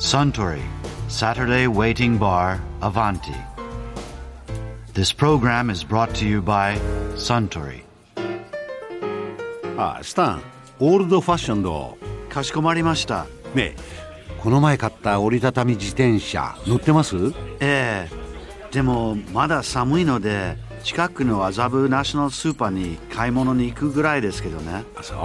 Suntory Saturday Waiting Bar Avanti. This program is brought to you by Suntory. スタン、オールドファッションド。 かしこまりました。 ねえ、この前買った折りたたみ自転車乗ってます？ ええ、でもまだ寒いので近くの麻布ナショナルスーパーに買い物に行くぐらいですけどね。 そう、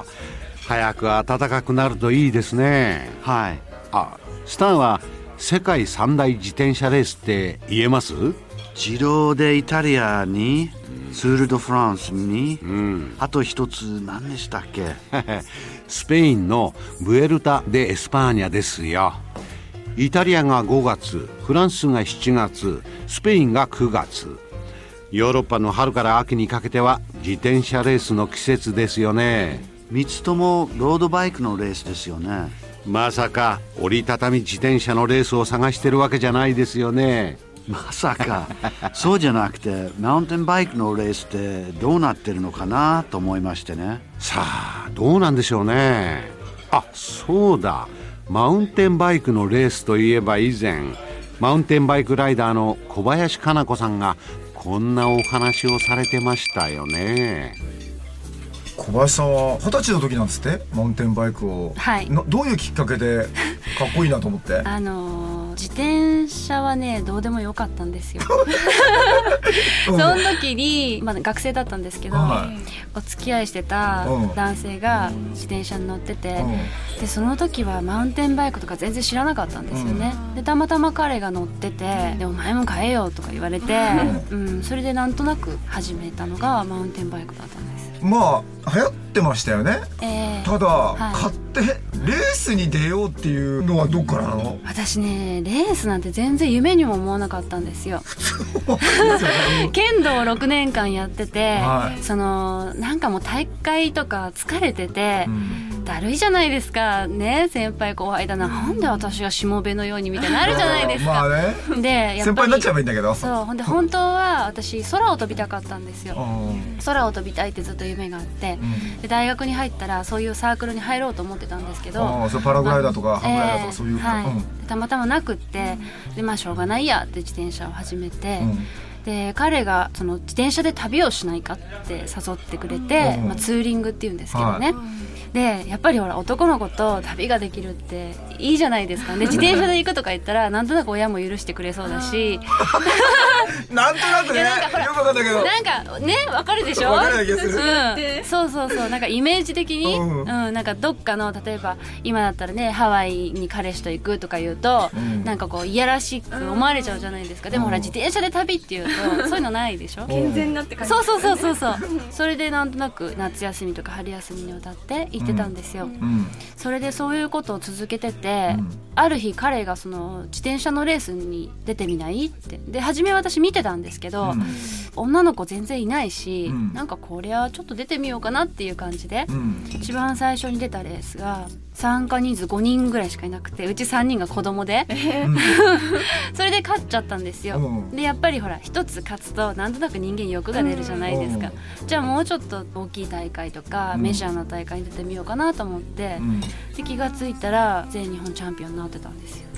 早く暖かくなるといいですね。 はい。 スタンは世界三大自転車レースって言えます？ ジローデイタリアに、ツール・ド・フランスに、あと一つ何でしたっけ？ スペインのブエルタ・デ・エスパーニャですよ。イタリアが5月、フランスが7月、スペインが9月。ヨーロッパの春から秋にかけては自転車レースの季節ですよね。 3つともロードバイクのレースですよね。 まさか折りたたみ自転車のレースを探してるわけじゃないですよね。 まさかそうじゃなくてマウンテンバイクのレースってどうなってるのかなと思いましてね。 さあどうなんでしょうね。そうだ、マウンテンバイクのレースといえば以前マウンテンバイクライダーの小林加奈子さんがこんなお話をされてましたよね。 小林さんは20歳の時なんですって、マウンテンバイクを、 はい、 どういうきっかけでかっこいいなと思って自転車はねどうでもよかったんですよその時に、学生だったんですけど、お付き合いしてた男性が自転車に乗ってて、でその時はマウンテンバイクとか全然知らなかったんですよね。でたまたま彼が乗ってて、でお前も買えよとか言われて、それでなんとなく始めたのがマウンテンバイクだったんです。 まあ流行ってましたよね。ただ、買ってレースに出ようっていうのはどっからなの？ 私ねレースなんて全然夢にも思わなかったんですよ剣道を6年間やってて、なんかもう大会とか疲れてて、だるいじゃないですかね。先輩後輩だな、なんで私がしもべのようにみたいなあるじゃないですか。でやっぱり先輩になっちゃえばいいんだけど、 ほんで本当は私空を飛びたかったんですよ。空を飛びたいってずっと夢があって、で大学に入ったらそういうサークルに入ろうと思ってたんですけど、 パラグライダーとかハングライダーとかそういう、 たまたまなくって、でしょうがないやって自転車を始めて、で彼がその自転車で旅をしないかって誘ってくれて、ツーリングっていうんですけどね、でやっぱりほら男の子と旅ができるっていいじゃないですか。で自転車で行くとか言ったらなんとなく親も許してくれそうだしなんとなくね、よくわかんないけどなんかね、わかるでしょ。 わかる気がする、 そうなんかイメージ的に、なんかどっかの例えば今だったらねハワイに彼氏と行くとか言うと、なんかこういやらしく思われちゃうじゃないですか。でもほら自転車で旅っていうとそういうのないでしょ。 健全なって感じ。 そうそれでなんとなく夏休みとか春休みにわたって行ってたんですよ。それでそういうことを続けてて、ある日彼がその自転車のレースに出てみないって。で初め私見てたんですけど、女の子全然いないし、なんかこりゃちょっと出てみようかなっていう感じで、一番最初に出たレースが参加人数5人ぐらいしかいなくて、うち3人が子供でそれで勝っちゃったんですよ。でやっぱりほら一つ勝つとなんとなく人間欲が出るじゃないですか。じゃあもうちょっと大きい大会とか、メジャーな大会に出てみようかなと思って、で気がついたら全日本チャンピオンになってたんですよ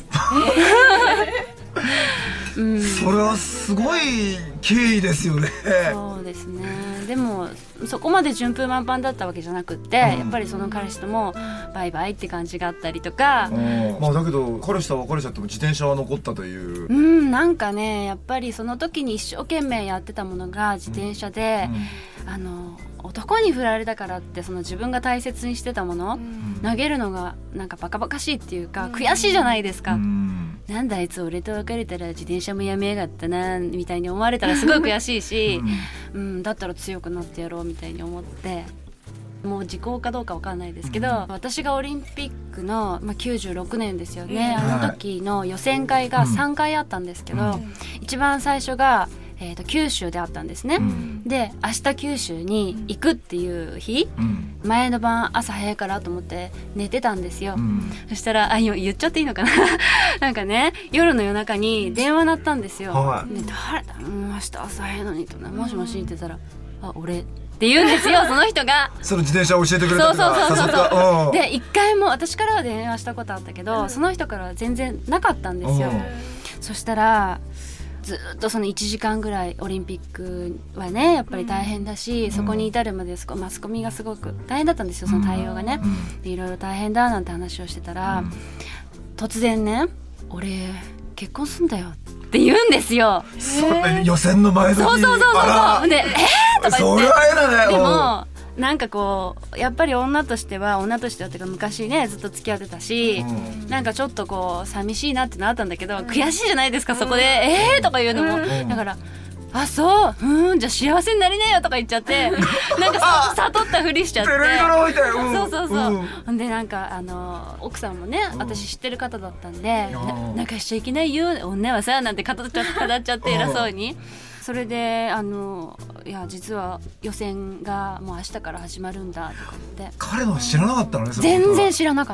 それはすごい経緯ですよね。 そうですね。でもそこまで順風満帆だったわけじゃなくって、やっぱりその彼氏ともバイバイって感じがあったりとか、 だけど彼氏とは別れちゃっても自転車は残ったという、 なんかねやっぱりその時に一生懸命やってたものが自転車で、男に振られたからってその自分が大切にしてたもの、投げるのがなんかバカバカしいっていうか、悔しいじゃないですか。なんだあいつ俺と別れたら自転車もやめやがったなみたいに思われたらすごい悔しいし、だったら強くなってやろうみたいに思って、もう時効かどうかわかんないですけど、私がオリンピックの、96年ですよね、あの時の予選会が3回あったんですけど、一番最初が九州であったんですね、で明日九州に行くっていう日、前の晩朝早いからと思って寝てたんですよ、そしたら今言っちゃっていいのかななんかね夜の夜中に電話鳴ったんですよ、で誰だ、明日朝早いのにと、もしもしって言ったら俺って言うんですよその人が。 その自転車を教えてくれたとか誘った。 で一回も私からは電話したことあったけど、その人からは全然なかったんですよ。そしたらずっとその1時間ぐらいオリンピックはねやっぱり大変だし、そこに至るまでマスコミがすごく大変だったんですよ、その対応がね。でいろいろ大変だなんて話をしてたら、突然ね俺結婚すんだよって言うんですよ。 予選の前の日に。 そうでとか言って、 それは嫌だね。 でもなんかこうやっぱり女としてはっていうか昔ねずっと付き合ってたし、なんかちょっとこう寂しいなってのあったんだけど、悔しいじゃないですかそこでとか言うのも、だからあそうじゃあ幸せになりなよとか言っちゃってなんか悟ったふりしちゃって、そうでなんか奥さんもね私知ってる方だったんで、なんかしちゃいけないよ女はさなんて語っちゃって偉そうに。それでいや実は予選がもう明日から始まるんだとか言って。 彼のは知らなかったのね。 全然知らなかった。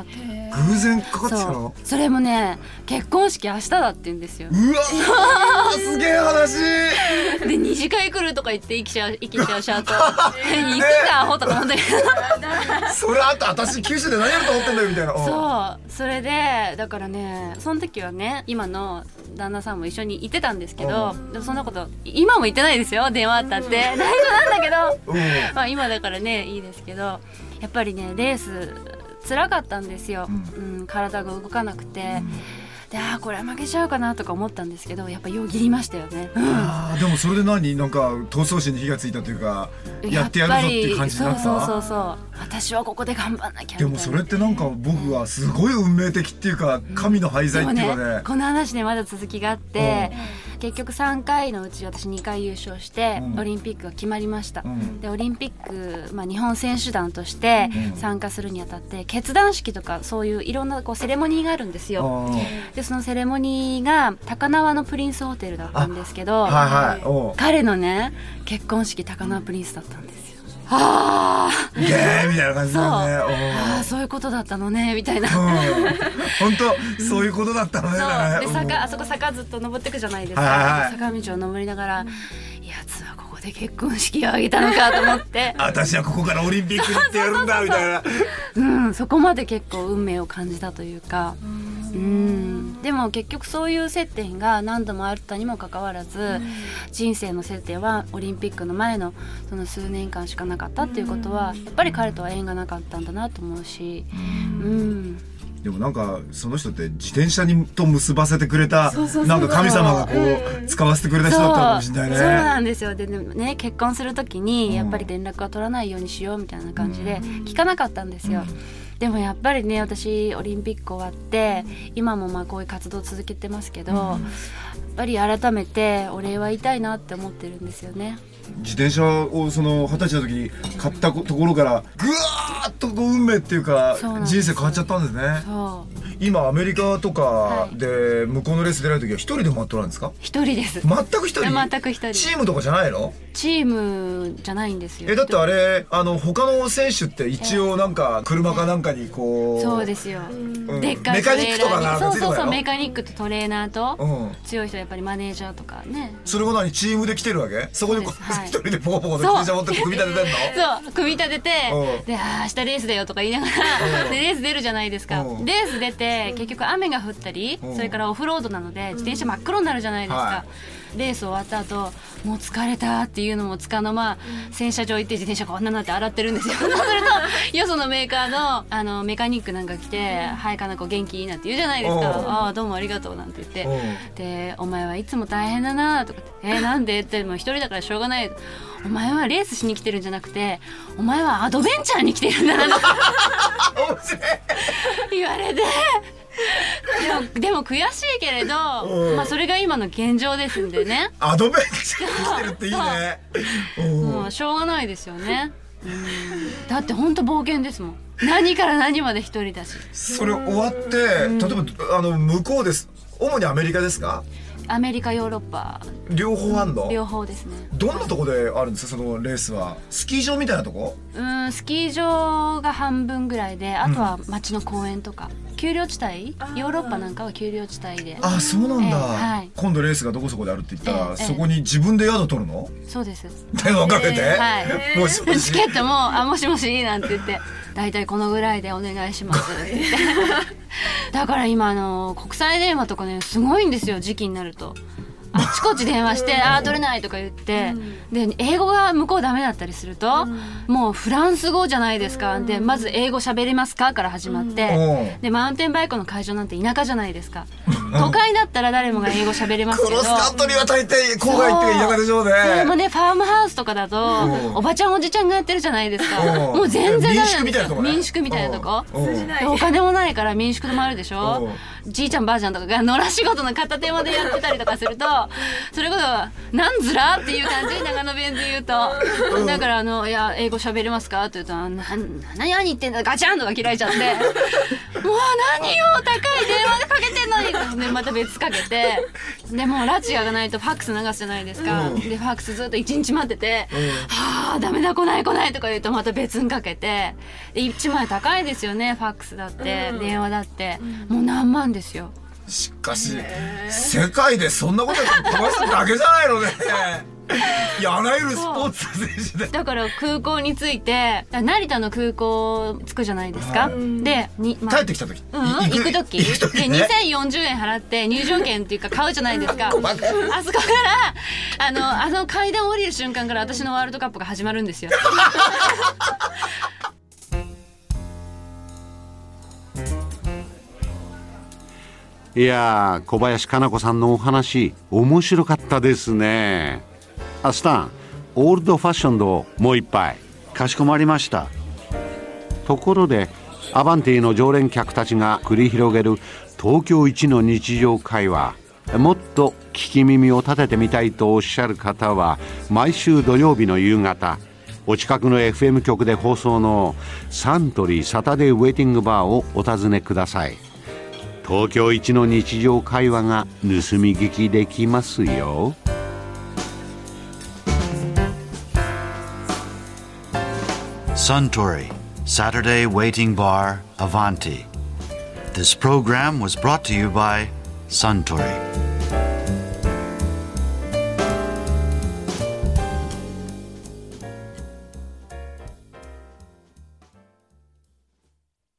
偶然かかってきたの。 それもね結婚式明日だって言うんですよ。 うわすげえ話で2次会来るとか言って生きちゃうシャーと行くかアホとか思ってそれあと私九州で何やると思ってんだよみたいな。 それでだからねその時はね今の旦那さんも一緒にいてたんですけど、でもそんなこと今も言ってないですよ電話あったって内緒なんだけど、まあ今だからねいいですけど、やっぱりねレース辛かったんですよ、体が動かなくて、でこれは負けちゃうかなとか思ったんですけど、やっぱよぎりましたよね。 でもそれでなんか闘争心に火がついたというか、やってやるぞっていう感じになった。 そう私はここで頑張んなきゃみたいな。 でもそれってなんか僕はすごい運命的っていうか、神の廃材っていうかね。 この話ねまだ続きがあって、結局3回のうち私2回優勝して、オリンピックが決まりました。でオリンピック、日本選手団として参加するにあたって決断式とかそういういろんなセレモニーがあるんですよ。でそのセレモニーが高輪のプリンスホテルだったんですけど、彼のね結婚式高輪プリンスだったんですよ。 みたいな感じだね。そういうことだったのねみたいな。 本当そういうことだったのね。 であそこ坂ずっと登ってくじゃないですか。坂道を登りながら、やつはここで結婚式を挙げたのかと思って。 私はここからオリンピックに行ってやるんだみたいな。そこまで結構運命を感じたというか。でも結局そういう接点が何度もあったにもかかわらず、人生の接点はオリンピックの前のその数年間しかなかったっていうことは、やっぱり彼とは縁がなかったんだなと思うし、 でもなんかその人って自転車にと結ばせてくれた、なんか神様がこう使わせてくれた人だったかもしれないね。 そうなんですよ。でね結婚する時にやっぱり連絡は取らないようにしようみたいな感じで聞かなかったんですよ。でもやっぱりね私オリンピック終わって今もこういう活動を続けてますけど、やっぱり改めてお礼は言いたいなって思ってるんですよね。 自転車をその20歳の時に買ったところからぐわーっとこう運命っていうか人生変わっちゃったんですね。今アメリカとかで向こうのレース出られる時は一人で回っておられるんですか？ 一人です。 全く一人？ 全く一人。 チームとかじゃないの？ チームじゃないんですよ。 だってあれ他の選手って一応なんか車かなんかにこう、 そうですよ、でっかいメカニックとかがついてこないの？ メカニックとトレーナーと、強い人はやっぱりマネージャーとかね。 それがチームで来てるわけ？そこで一人でポコポコで自転車持って組み立ててんの？ そう組み立てて、で明日レースだよとか言いながらでレース出るじゃないですか。レース出て結局雨が降ったり、それからオフロードなので自転車真っ黒になるじゃないですか。レース終わった後もう疲れたっていうのもつかの間洗車場行って自転車こんなになって洗ってるんですよ。そうするとよそのメーカーのメカニックなんか来て「はいかなこ元気いいな」って言うじゃないですか。ああどうもありがとうなんて言って、でお前はいつも大変だなとかなんでってもう一人だからしょうがない。お前はレースしに来てるんじゃなくてお前はアドベンチャーに来てるんだなと言われて。でも悔しいけれど、それが今の現状ですんでね。 アドベンチャーに来てるっていいね。 もうしょうがないですよね。だって本当冒険ですもん。何から何まで一人だし。 それ終わって例えば向こうです。主にアメリカですか？ アメリカヨーロッパ両方あんの？ 両方ですね。 どんなとこであるんですか、そのレースは？スキー場みたいなとこ？ スキー場が半分ぐらいで、あとは街の公園とか、丘陵地帯、ヨーロッパなんかは丘陵地帯で。 あ、そうなんだ、 はい、 今度レースがどこそこであるって言ったら、そこに自分で宿取るの？ そうです。 電話かけて、 はい、 もしもしチケットももしもしなんて言って、だいたいこのぐらいでお願いしますって言ってだから今国際電話とかね、すごいんですよ、時期になると。あっちこっち電話して取れないとか言って、で英語が向こうダメだったりすると、もうフランス語じゃないですか。でまず英語喋れますかから始まって、でマウンテンバイクの会場なんて田舎じゃないですか。都会だったら誰もが英語喋れますけど、 クロスカントリーは大抵郊外って田舎でしょうね。 でもね、ファームハウスとかだとおばちゃんおじちゃんがやってるじゃないですか。もう全然ダメなんですよ。民宿みたいなとこ、でお金もないから民宿もあるでしょ。じいちゃんばあちゃんとかが野良仕事の片手間でやってたりとかすると、それこそなんずらっていう感じ、長野弁で言うと、だからいや英語喋れますかって言うと、何言ってんだガチャンとか切られちゃってもう何よ高い電話でかけてんのに、でまた別かけて、でもう拉致がないとファックス流すじゃないですか。でファックスずっと1日待ってて、はあダメだ来ないとか言うとまた別にかけて、で1枚高いですよね、ファックスだって電話だって、もう何万ですよ。 しかし世界でそんなこと飛ばすだけじゃないのねいや、あらゆるスポーツ選手で。 だから空港に着いて、成田の空港着くじゃないですか、で帰ってきた時、 行く時で2040円払って入場券っていうか買うじゃないですかあそこからあの階段降りる瞬間から私のワールドカップが始まるんですよいやー、小林加奈子さんのお話面白かったですね。アスタン、オールドファッションドをもう一杯。 かしこまりました。 ところでアバンティの常連客たちが繰り広げる東京一の日常会話、もっと聞き耳を立ててみたいとおっしゃる方は、毎週土曜日の夕方、お近くの FM 局で放送のサントリーサタデーウェイティングバーをお尋ねください。東京一の日常会話が盗み聞きできますよ。 Suntory Saturday Waiting Bar Avanti. This program was brought to you by Suntory.